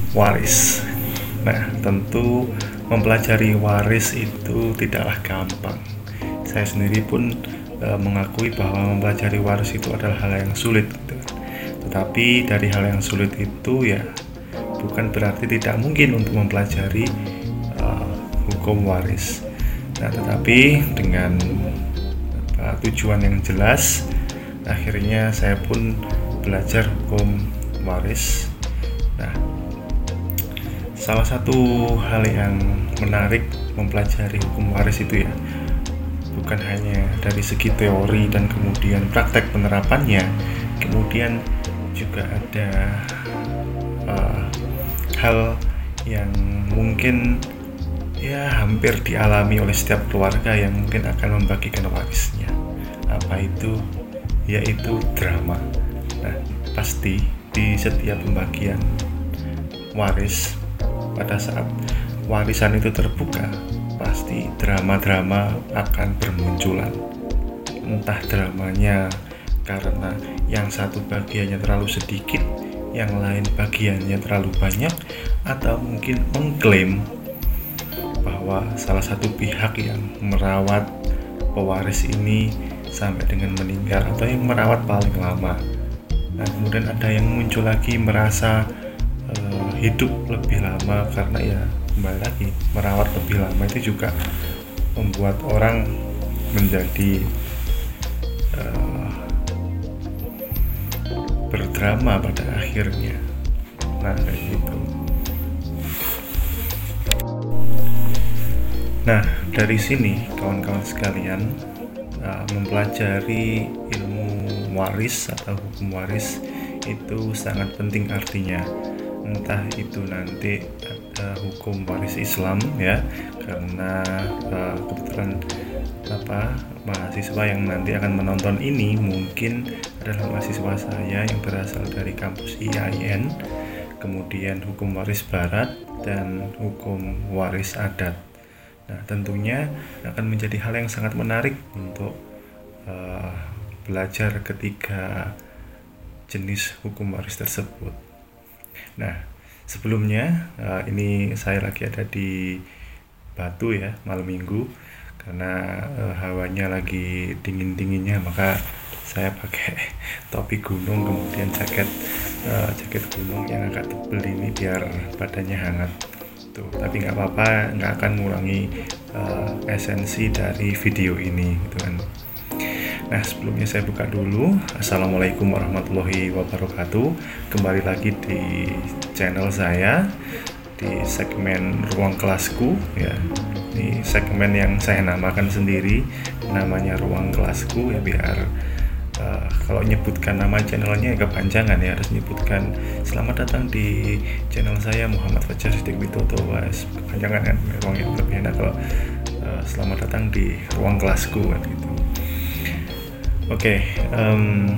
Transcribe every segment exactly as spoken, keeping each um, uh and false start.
waris. Nah, tentu mempelajari waris itu tidaklah gampang. Saya sendiri pun e, mengakui bahwa mempelajari waris itu adalah hal yang sulit gitu. Tetapi dari hal yang sulit itu ya bukan berarti tidak mungkin untuk mempelajari e, hukum waris. Nah, tetapi dengan apa, tujuan yang jelas, akhirnya saya pun belajar hukum waris. Nah, salah satu hal yang menarik mempelajari hukum waris itu ya bukan hanya dari segi teori dan kemudian praktek penerapannya, kemudian juga ada uh, hal yang mungkin ya hampir dialami oleh setiap keluarga yang mungkin akan membagikan warisnya. Apa itu? Yaitu drama. Nah, pasti di setiap pembagian waris, pada saat warisan itu terbuka, pasti drama-drama akan bermunculan. Entah dramanya karena yang satu bagiannya terlalu sedikit, yang lain bagiannya terlalu banyak, atau mungkin mengklaim bahwa salah satu pihak yang merawat pewaris ini sampai dengan meninggal atau yang merawat paling lama. Nah, kemudian ada yang muncul lagi merasa uh, hidup lebih lama karena ya kembali lagi merawat lebih lama itu juga membuat orang menjadi uh, berdrama pada akhirnya. Nah, kayak gitu. Nah, dari sini kawan-kawan sekalian, uh, mempelajari ilmu waris atau hukum waris itu sangat penting artinya. Entah itu nanti ada hukum waris Islam ya, karena uh, kebetulan apa mahasiswa yang nanti akan menonton ini mungkin adalah mahasiswa saya yang berasal dari kampus I A I N, kemudian hukum waris barat dan hukum waris adat. Nah, tentunya akan menjadi hal yang sangat menarik untuk uh, belajar ketiga jenis hukum waris tersebut. Nah, sebelumnya uh, ini saya lagi ada di Batu ya, malam minggu, karena uh, hawanya lagi dingin-dinginnya, maka saya pakai topi gunung kemudian jaket uh, jaket gunung yang agak tebal ini biar badannya hangat. Tuh, tapi nggak apa-apa, nggak akan mengurangi uh, esensi dari video ini gitu kan. Nah, sebelumnya saya buka dulu. Assalamualaikum warahmatullahi wabarakatuh. Kembali lagi di channel saya di segmen Ruang Kelasku ya. Ini segmen yang saya namakan sendiri, namanya Ruang Kelasku ya, biar uh, kalau nyebutkan nama channelnya kepanjangan ya, harus nyebutkan selamat datang di channel saya Muhammad Fajar Siddiq Widodo. Kepanjangan kan, ruang yang lebih enak kalau uh, selamat datang di Ruang Kelasku kan gitu. Oke, okay, um,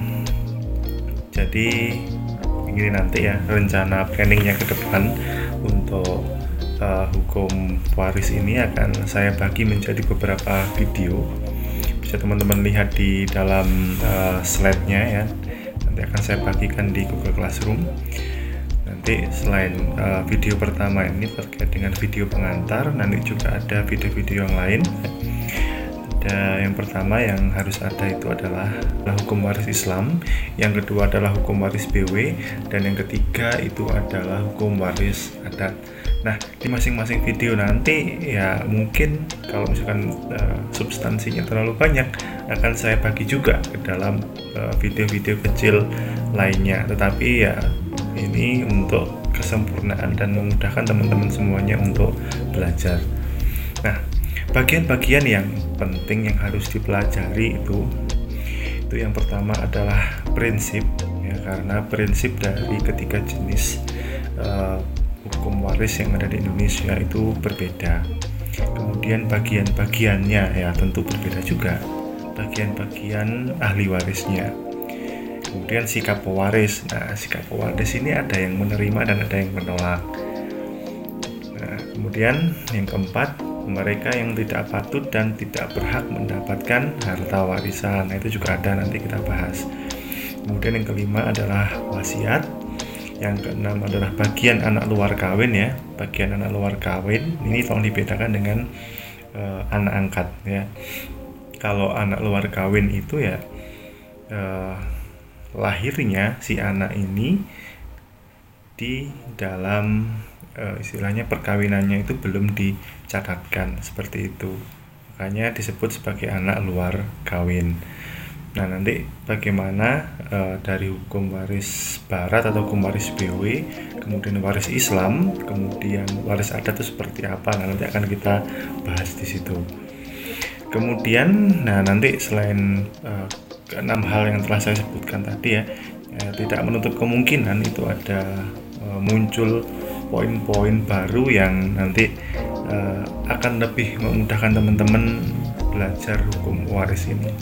jadi ini nanti ya rencana planningnya ke depan untuk uh, hukum waris ini akan saya bagi menjadi beberapa video. Bisa teman-teman lihat di dalam uh, slide-nya ya. Nanti akan saya bagikan di Google Classroom. Nanti selain uh, video pertama ini terkait dengan video pengantar, nanti juga ada video-video yang lain. Ada yang pertama yang harus ada itu adalah hukum waris Islam, yang kedua adalah hukum waris B W, dan yang ketiga itu adalah hukum waris adat. Nah, di masing-masing video nanti ya mungkin kalau misalkan uh, substansinya terlalu banyak akan saya bagi juga ke dalam uh, video-video kecil lainnya. Tetapi ya ini untuk kesempurnaan dan memudahkan teman-teman semuanya untuk belajar. Nah, bagian-bagian yang penting yang harus dipelajari itu itu yang pertama adalah prinsip ya, karena prinsip dari ketiga jenis uh, hukum waris yang ada di Indonesia itu berbeda. Kemudian bagian-bagiannya ya tentu berbeda juga, bagian-bagian ahli warisnya. Kemudian sikap pewaris. Nah, sikap pewaris ini ada yang menerima dan ada yang menolak. Nah, kemudian yang keempat, mereka yang tidak patut dan tidak berhak mendapatkan harta warisan. Nah, itu juga ada, nanti kita bahas. Kemudian yang kelima adalah wasiat. Yang keenam adalah bagian anak luar kawin ya. Bagian anak luar kawin ini tolong dibedakan dengan uh, anak angkat ya. Kalau anak luar kawin itu ya uh, lahirnya si anak ini di dalam uh, istilahnya perkawinannya itu belum dicatatkan, seperti itu. Makanya disebut sebagai anak luar kawin. Nah, nanti bagaimana uh, dari hukum waris barat atau hukum waris B W, kemudian waris Islam, kemudian waris adat itu seperti apa? Nah, nanti akan kita bahas di situ. Kemudian, nah nanti selain uh, keenam hal yang telah saya sebutkan tadi ya, ya tidak menutup kemungkinan itu ada uh, muncul poin-poin baru yang nanti uh, akan lebih memudahkan teman-teman belajar hukum waris ini.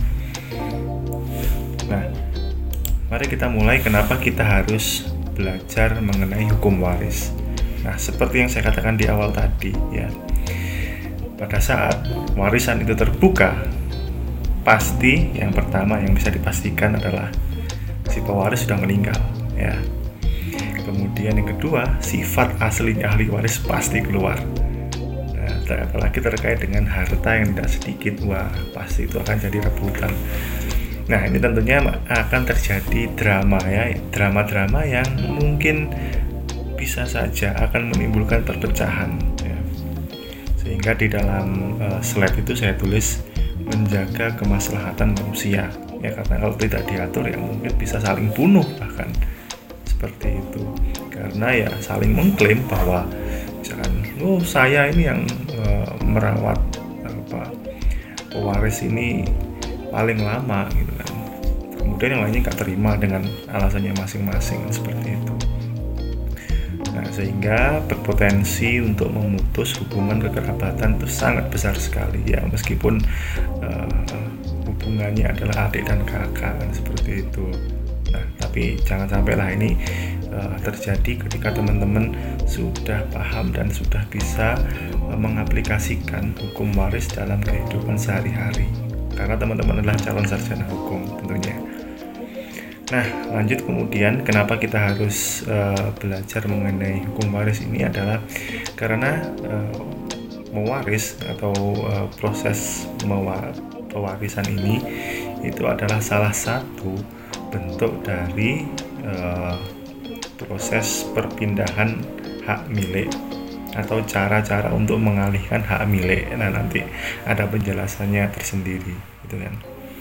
Nah, mari kita mulai kenapa kita harus belajar mengenai hukum waris. Nah, seperti yang saya katakan di awal tadi ya, pada saat warisan itu terbuka, pasti yang pertama yang bisa dipastikan adalah si pewaris sudah meninggal ya. Kemudian yang kedua, sifat asli ahli waris pasti keluar. Nah, apalagi terkait dengan harta yang tidak sedikit, wah pasti itu akan jadi rebutan. Nah, ini tentunya akan terjadi drama ya, drama-drama yang mungkin bisa saja akan menimbulkan perpecahan ya. Sehingga di dalam uh, slide itu saya tulis menjaga kemaslahatan manusia ya, karena kalau tidak diatur ya mungkin bisa saling bunuh bahkan, seperti itu. Karena ya saling mengklaim bahwa misalkan oh saya ini yang uh, merawat apa pewaris ini paling lama gitu kan, kemudian yang lainnya nggak terima dengan alasannya masing-masing, seperti itu. Nah, sehingga berpotensi untuk memutus hubungan kekerabatan itu sangat besar sekali ya, meskipun uh, hubungannya adalah adik dan kakak kan, seperti itu. Nah, tapi jangan sampailah ini uh, terjadi ketika teman-teman sudah paham dan sudah bisa uh, mengaplikasikan hukum waris dalam kehidupan sehari-hari. Karena teman-teman adalah calon sarjana hukum tentunya. Nah, lanjut kemudian kenapa kita harus uh, belajar mengenai hukum waris ini adalah karena uh, mewaris atau uh, proses mewa- pewarisan ini itu adalah salah satu bentuk dari uh, proses perpindahan hak milik atau cara-cara untuk mengalihkan hak milik. Nah, nanti ada penjelasannya tersendiri gitu kan.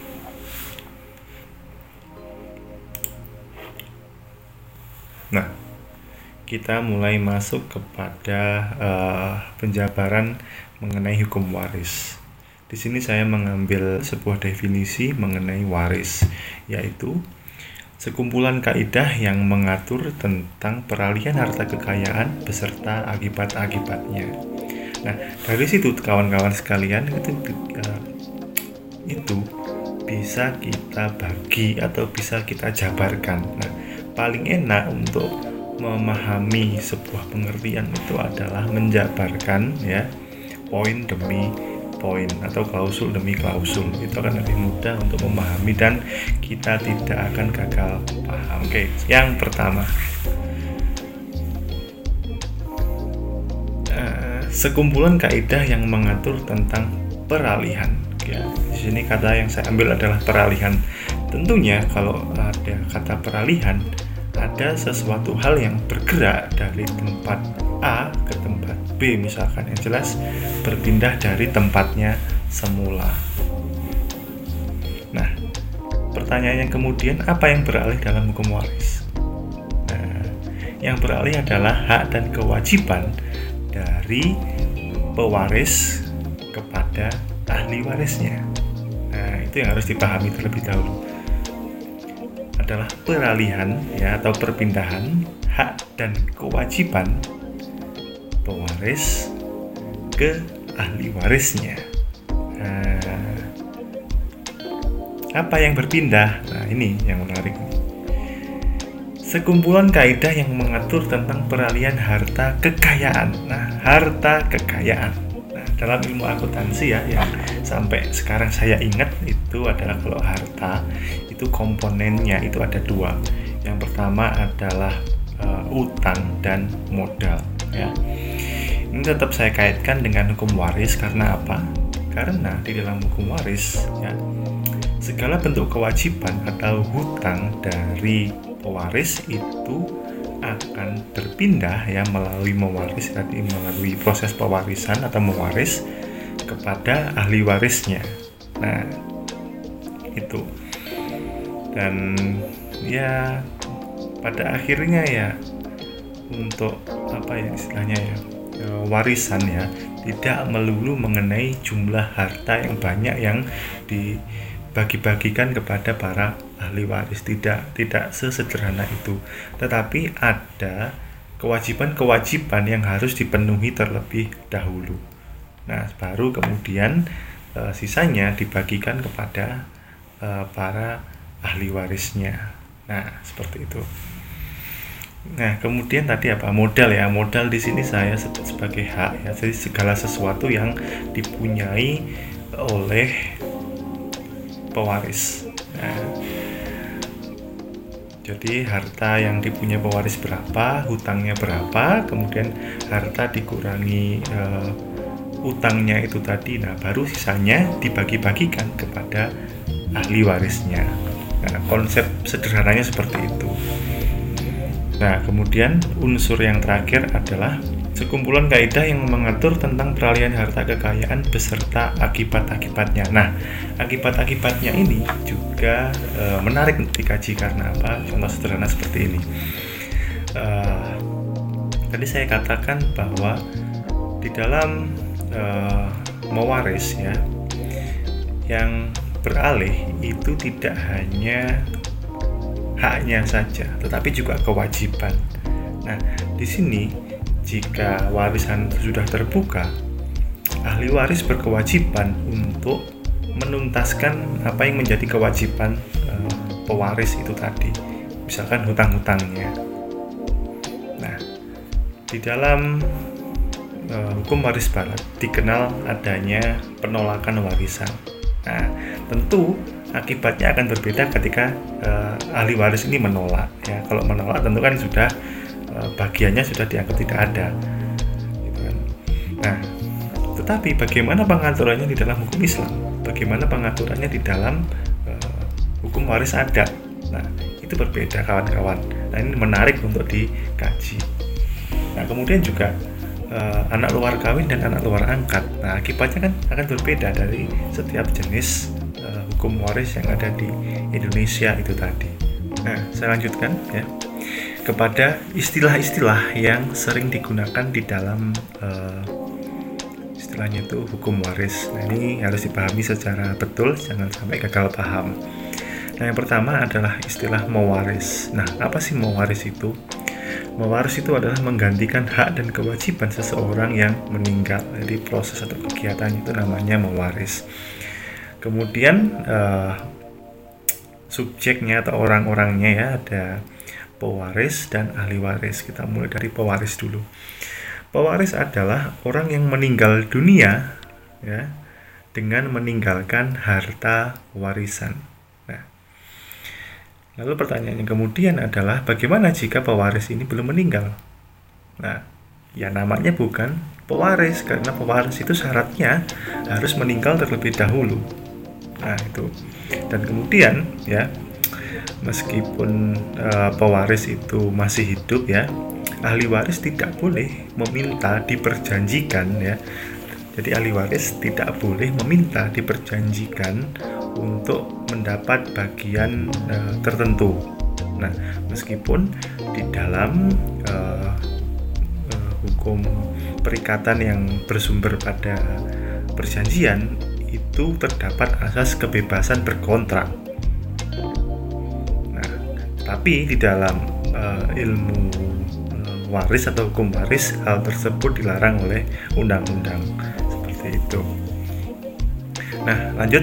Nah, kita mulai masuk kepada uh, penjabaran mengenai hukum waris. Di sini saya mengambil sebuah definisi mengenai waris, yaitu sekumpulan kaidah yang mengatur tentang peralihan harta kekayaan beserta akibat-akibatnya. Nah, dari situ kawan-kawan sekalian itu uh, itu bisa kita bagi atau bisa kita jabarkan. Nah, paling enak untuk memahami sebuah pengertian itu adalah menjabarkan ya, poin demi poin atau klausul demi klausul. Itu akan lebih mudah untuk memahami dan kita tidak akan gagal paham. Oke, yang pertama, uh, sekumpulan kaidah yang mengatur tentang peralihan. Ya, di sini kata yang saya ambil adalah peralihan. Tentunya kalau ada kata peralihan, ada sesuatu hal yang bergerak dari tempat A ke tempat B, misalkan, yang jelas berpindah dari tempatnya semula. Nah, pertanyaannya kemudian apa yang beralih dalam hukum waris? Nah, yang beralih adalah hak dan kewajiban dari pewaris kepada ahli warisnya. Nah, itu yang harus dipahami terlebih dahulu. Adalah peralihan ya atau perpindahan hak dan kewajiban pewaris ke ahli warisnya. Nah, apa yang berpindah? Nah, ini yang menarik. Sekumpulan kaidah yang mengatur tentang peralihan harta kekayaan. Nah, harta kekayaan. Nah, dalam ilmu akuntansi ya, yang sampai sekarang saya ingat itu adalah kalau harta itu komponennya itu ada dua. Yang pertama adalah uh, utang dan modal ya. Ini tetap saya kaitkan dengan hukum waris karena apa? Karena di dalam hukum waris ya, segala bentuk kewajiban atau hutang dari pewaris itu akan berpindah ya melalui mewaris tadi melalui proses pewarisan atau mewaris kepada ahli warisnya. Nah, itu. Dan ya pada akhirnya ya untuk apa ya istilahnya ya warisan ya tidak melulu mengenai jumlah harta yang banyak yang dibagi-bagikan kepada para ahli waris, tidak tidak sesederhana itu, tetapi ada kewajiban-kewajiban yang harus dipenuhi terlebih dahulu. Nah, baru kemudian e, sisanya dibagikan kepada e, para ahli warisnya. Nah, seperti itu. Nah, kemudian tadi apa? Modal ya. Modal di sini saya sebut sebagai hak ya. Jadi segala sesuatu yang dipunyai oleh pewaris. Nah, jadi harta yang dipunyai pewaris berapa, hutangnya berapa, kemudian harta dikurangi e, utangnya itu tadi. Nah, baru sisanya dibagi-bagikan kepada ahli warisnya. Nah, konsep sederhananya seperti itu. Nah, kemudian unsur yang terakhir adalah sekumpulan kaidah yang mengatur tentang peralihan harta kekayaan beserta akibat-akibatnya. Nah, akibat-akibatnya ini juga e, menarik untuk dikaji karena apa? Contoh sederhana seperti ini. E, tadi saya katakan bahwa di dalam e, mewaris ya, yang beralih itu tidak hanya haknya saja, tetapi juga kewajiban. Nah, di sini jika warisan sudah terbuka, ahli waris berkewajiban untuk menuntaskan apa yang menjadi kewajiban e, pewaris itu tadi, misalkan hutang-hutangnya. Nah, di dalam e, hukum waris barat dikenal adanya penolakan warisan. Nah, tentu akibatnya akan berbeda ketika uh, ahli waris ini menolak ya. Kalau menolak tentu kan sudah uh, bagiannya sudah dianggap tidak ada gitu kan. Nah, tetapi bagaimana pengaturannya di dalam hukum Islam? Bagaimana pengaturannya di dalam uh, hukum waris adat? Nah, itu berbeda kawan-kawan. Nah, ini menarik untuk dikaji. Nah, kemudian juga uh, anak luar kawin dan anak luar angkat. Nah, akibatnya kan akan berbeda dari setiap jenis hukum waris yang ada di Indonesia itu tadi. Nah, saya lanjutkan ya kepada istilah-istilah yang sering digunakan di dalam uh, istilahnya itu hukum waris. Nah, ini harus dipahami secara betul, jangan sampai gagal paham. Nah, yang pertama adalah istilah mewaris. Nah, apa sih mewaris itu? Mewaris itu adalah menggantikan hak dan kewajiban seseorang yang meninggal. Jadi proses atau kegiatan itu namanya mewaris. Kemudian uh, subjeknya atau orang-orangnya ya ada pewaris dan ahli waris. Kita mulai dari pewaris dulu. Pewaris adalah orang yang meninggal dunia ya dengan meninggalkan harta warisan. Nah, lalu pertanyaannya kemudian adalah bagaimana jika pewaris ini belum meninggal? Nah, ya namanya bukan pewaris karena pewaris itu syaratnya harus meninggal terlebih dahulu. Nah, itu. Dan kemudian ya meskipun uh, pewaris itu masih hidup ya, ahli waris tidak boleh meminta diperjanjikan ya. Jadi ahli waris tidak boleh meminta diperjanjikan untuk mendapat bagian uh, tertentu. Nah, meskipun di dalam uh, uh, hukum perikatan yang bersumber pada perjanjian itu terdapat asas kebebasan berkontrak. Nah, tapi di dalam uh, ilmu uh, waris atau hukum waris hal tersebut dilarang oleh undang-undang seperti itu. Nah, lanjut.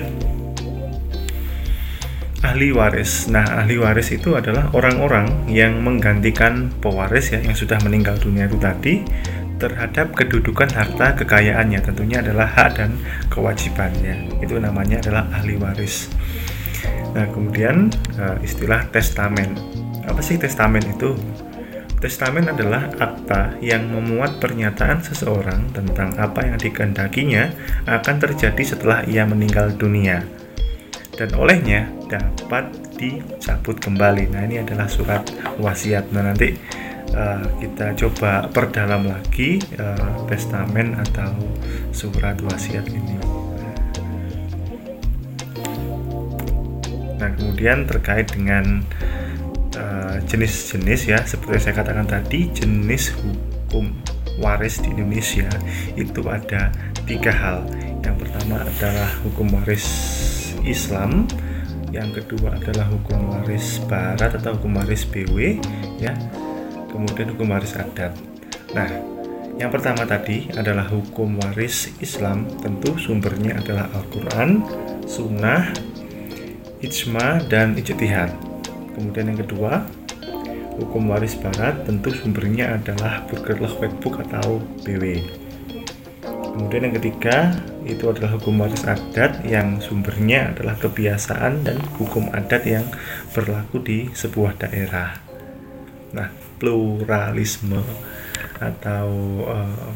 Ahli waris. Nah, ahli waris itu adalah orang-orang yang menggantikan pewaris ya yang sudah meninggal dunia itu tadi terhadap kedudukan harta kekayaannya, tentunya adalah hak dan kewajibannya. Itu namanya adalah ahli waris. Nah, kemudian istilah testamen. Apa sih testamen itu? Testamen adalah akta yang memuat pernyataan seseorang tentang apa yang dikehendakinya akan terjadi setelah ia meninggal dunia, dan olehnya dapat dicabut kembali. Nah, ini adalah surat wasiat. Nah, nanti uh, kita coba perdalam lagi uh, testamen atau surat wasiat ini. Nah, kemudian terkait dengan uh, jenis-jenis ya, seperti saya katakan tadi, jenis hukum waris di Indonesia itu ada tiga hal. Yang pertama adalah hukum waris Islam, yang kedua adalah hukum waris Barat atau hukum waris B W ya, kemudian hukum waris adat. Nah, yang pertama tadi adalah hukum waris Islam, tentu sumbernya adalah Al-Quran, Sunnah, Ijma, dan Ijtihad. Kemudian yang kedua, hukum waris Barat, tentu sumbernya adalah Burgerlich Wetboek atau B W. Kemudian yang ketiga, itu adalah hukum waris adat yang sumbernya adalah kebiasaan dan hukum adat yang berlaku di sebuah daerah. Nah, pluralisme atau uh,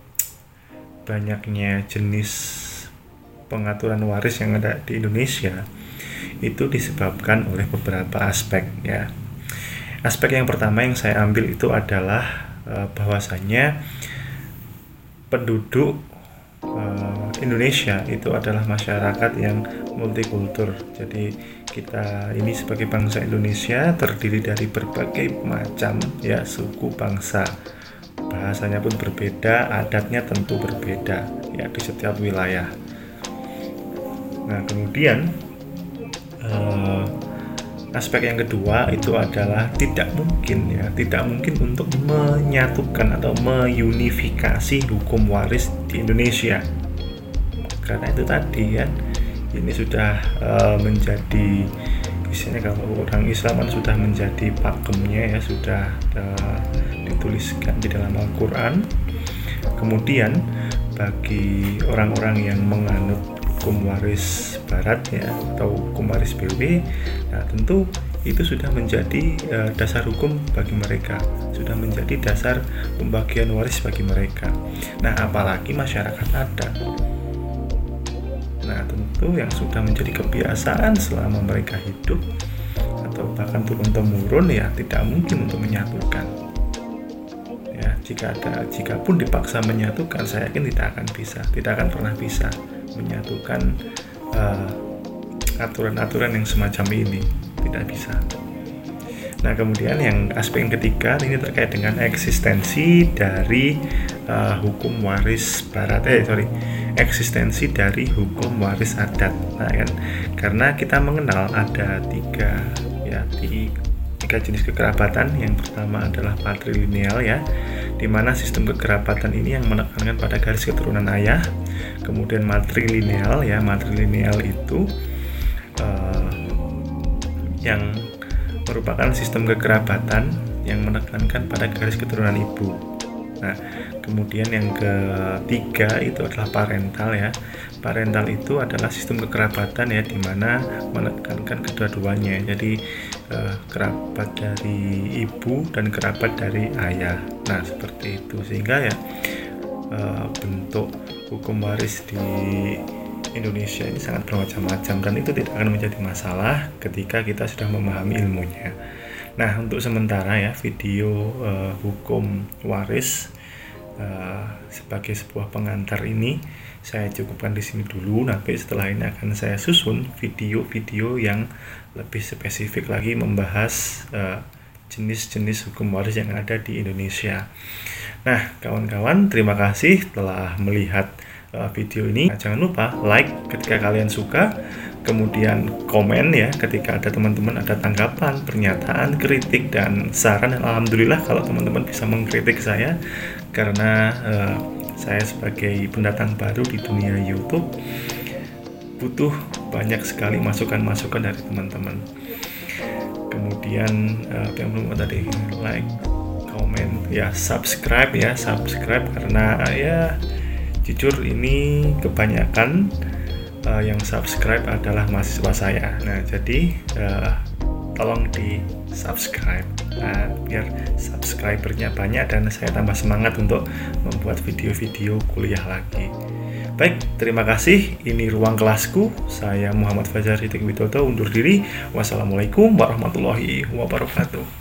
banyaknya jenis pengaturan waris yang ada di Indonesia itu disebabkan oleh beberapa aspek ya. Aspek yang pertama yang saya ambil itu adalah uh, bahwasannya penduduk uh, Indonesia itu adalah masyarakat yang multikultur. Jadi kita ini sebagai bangsa Indonesia terdiri dari berbagai macam ya suku bangsa. Bahasanya pun berbeda, adatnya tentu berbeda ya di setiap wilayah. Nah, kemudian uh, aspek yang kedua itu adalah tidak mungkin ya, tidak mungkin untuk menyatukan atau meunifikasi hukum waris di Indonesia. Karena itu tadi kan, ini sudah uh, menjadi, misalnya kalau orang Islam kan sudah menjadi pakemnya ya, sudah uh, dituliskan di dalam Al-Quran. Kemudian bagi orang-orang yang menganut hukum waris Barat ya atau hukum waris B W, nah tentu itu sudah menjadi uh, dasar hukum bagi mereka, sudah menjadi dasar pembagian waris bagi mereka. Nah, apalagi masyarakat adat. Nah, tentu yang sudah menjadi kebiasaan selama mereka hidup atau bahkan turun-temurun ya tidak mungkin untuk menyatukan. Ya, jika ada, jika pun dipaksa menyatukan, saya yakin tidak akan bisa, tidak akan pernah bisa menyatukan uh, aturan-aturan yang semacam ini, tidak bisa. Nah, kemudian yang aspek yang ketiga ini terkait dengan eksistensi dari uh, hukum waris Barat, eh sorry, eksistensi dari hukum waris adat. Nah, kan, karena kita mengenal ada tiga ya tiga, tiga jenis kekerabatan. Yang pertama adalah patrilineal ya, di mana sistem kekerabatan ini yang menekankan pada garis keturunan ayah. Kemudian matrilineal ya, matrilineal itu uh, yang merupakan sistem kekerabatan yang menekankan pada garis keturunan ibu. Nah, kemudian yang ketiga itu adalah parental ya. Parental itu adalah sistem kekerabatan ya, di mana menekankan kedua-duanya. Jadi eh, kerabat dari ibu dan kerabat dari ayah. Nah, seperti itu, sehingga ya eh, bentuk hukum waris di Indonesia ini sangat bermacam-macam, dan itu tidak akan menjadi masalah ketika kita sudah memahami ilmunya. Nah, untuk sementara ya video uh, hukum waris uh, sebagai sebuah pengantar ini saya cukupkan di sini dulu. Nanti setelah ini akan saya susun video-video yang lebih spesifik lagi membahas uh, jenis-jenis hukum waris yang ada di Indonesia. Nah, kawan-kawan, terima kasih telah melihat video ini. Nah, jangan lupa like ketika kalian suka, kemudian komen ya ketika ada teman-teman ada tanggapan, pernyataan, kritik, dan saran. Dan alhamdulillah kalau teman-teman bisa mengkritik saya, karena uh, saya sebagai pendatang baru di dunia YouTube butuh banyak sekali masukan-masukan dari teman-teman. Kemudian uh, yang belum tadi like, komen, ya subscribe ya subscribe karena uh, ya jujur ini kebanyakan uh, yang subscribe adalah mahasiswa saya. Nah, jadi uh, tolong di subscribe nah, biar subscribernya banyak dan saya tambah semangat untuk membuat video-video kuliah lagi. Baik, terima kasih. Ini Ruang Kelasku. Saya Muhammad Fajar Hidik Widodo undur diri. Wassalamualaikum warahmatullahi wabarakatuh.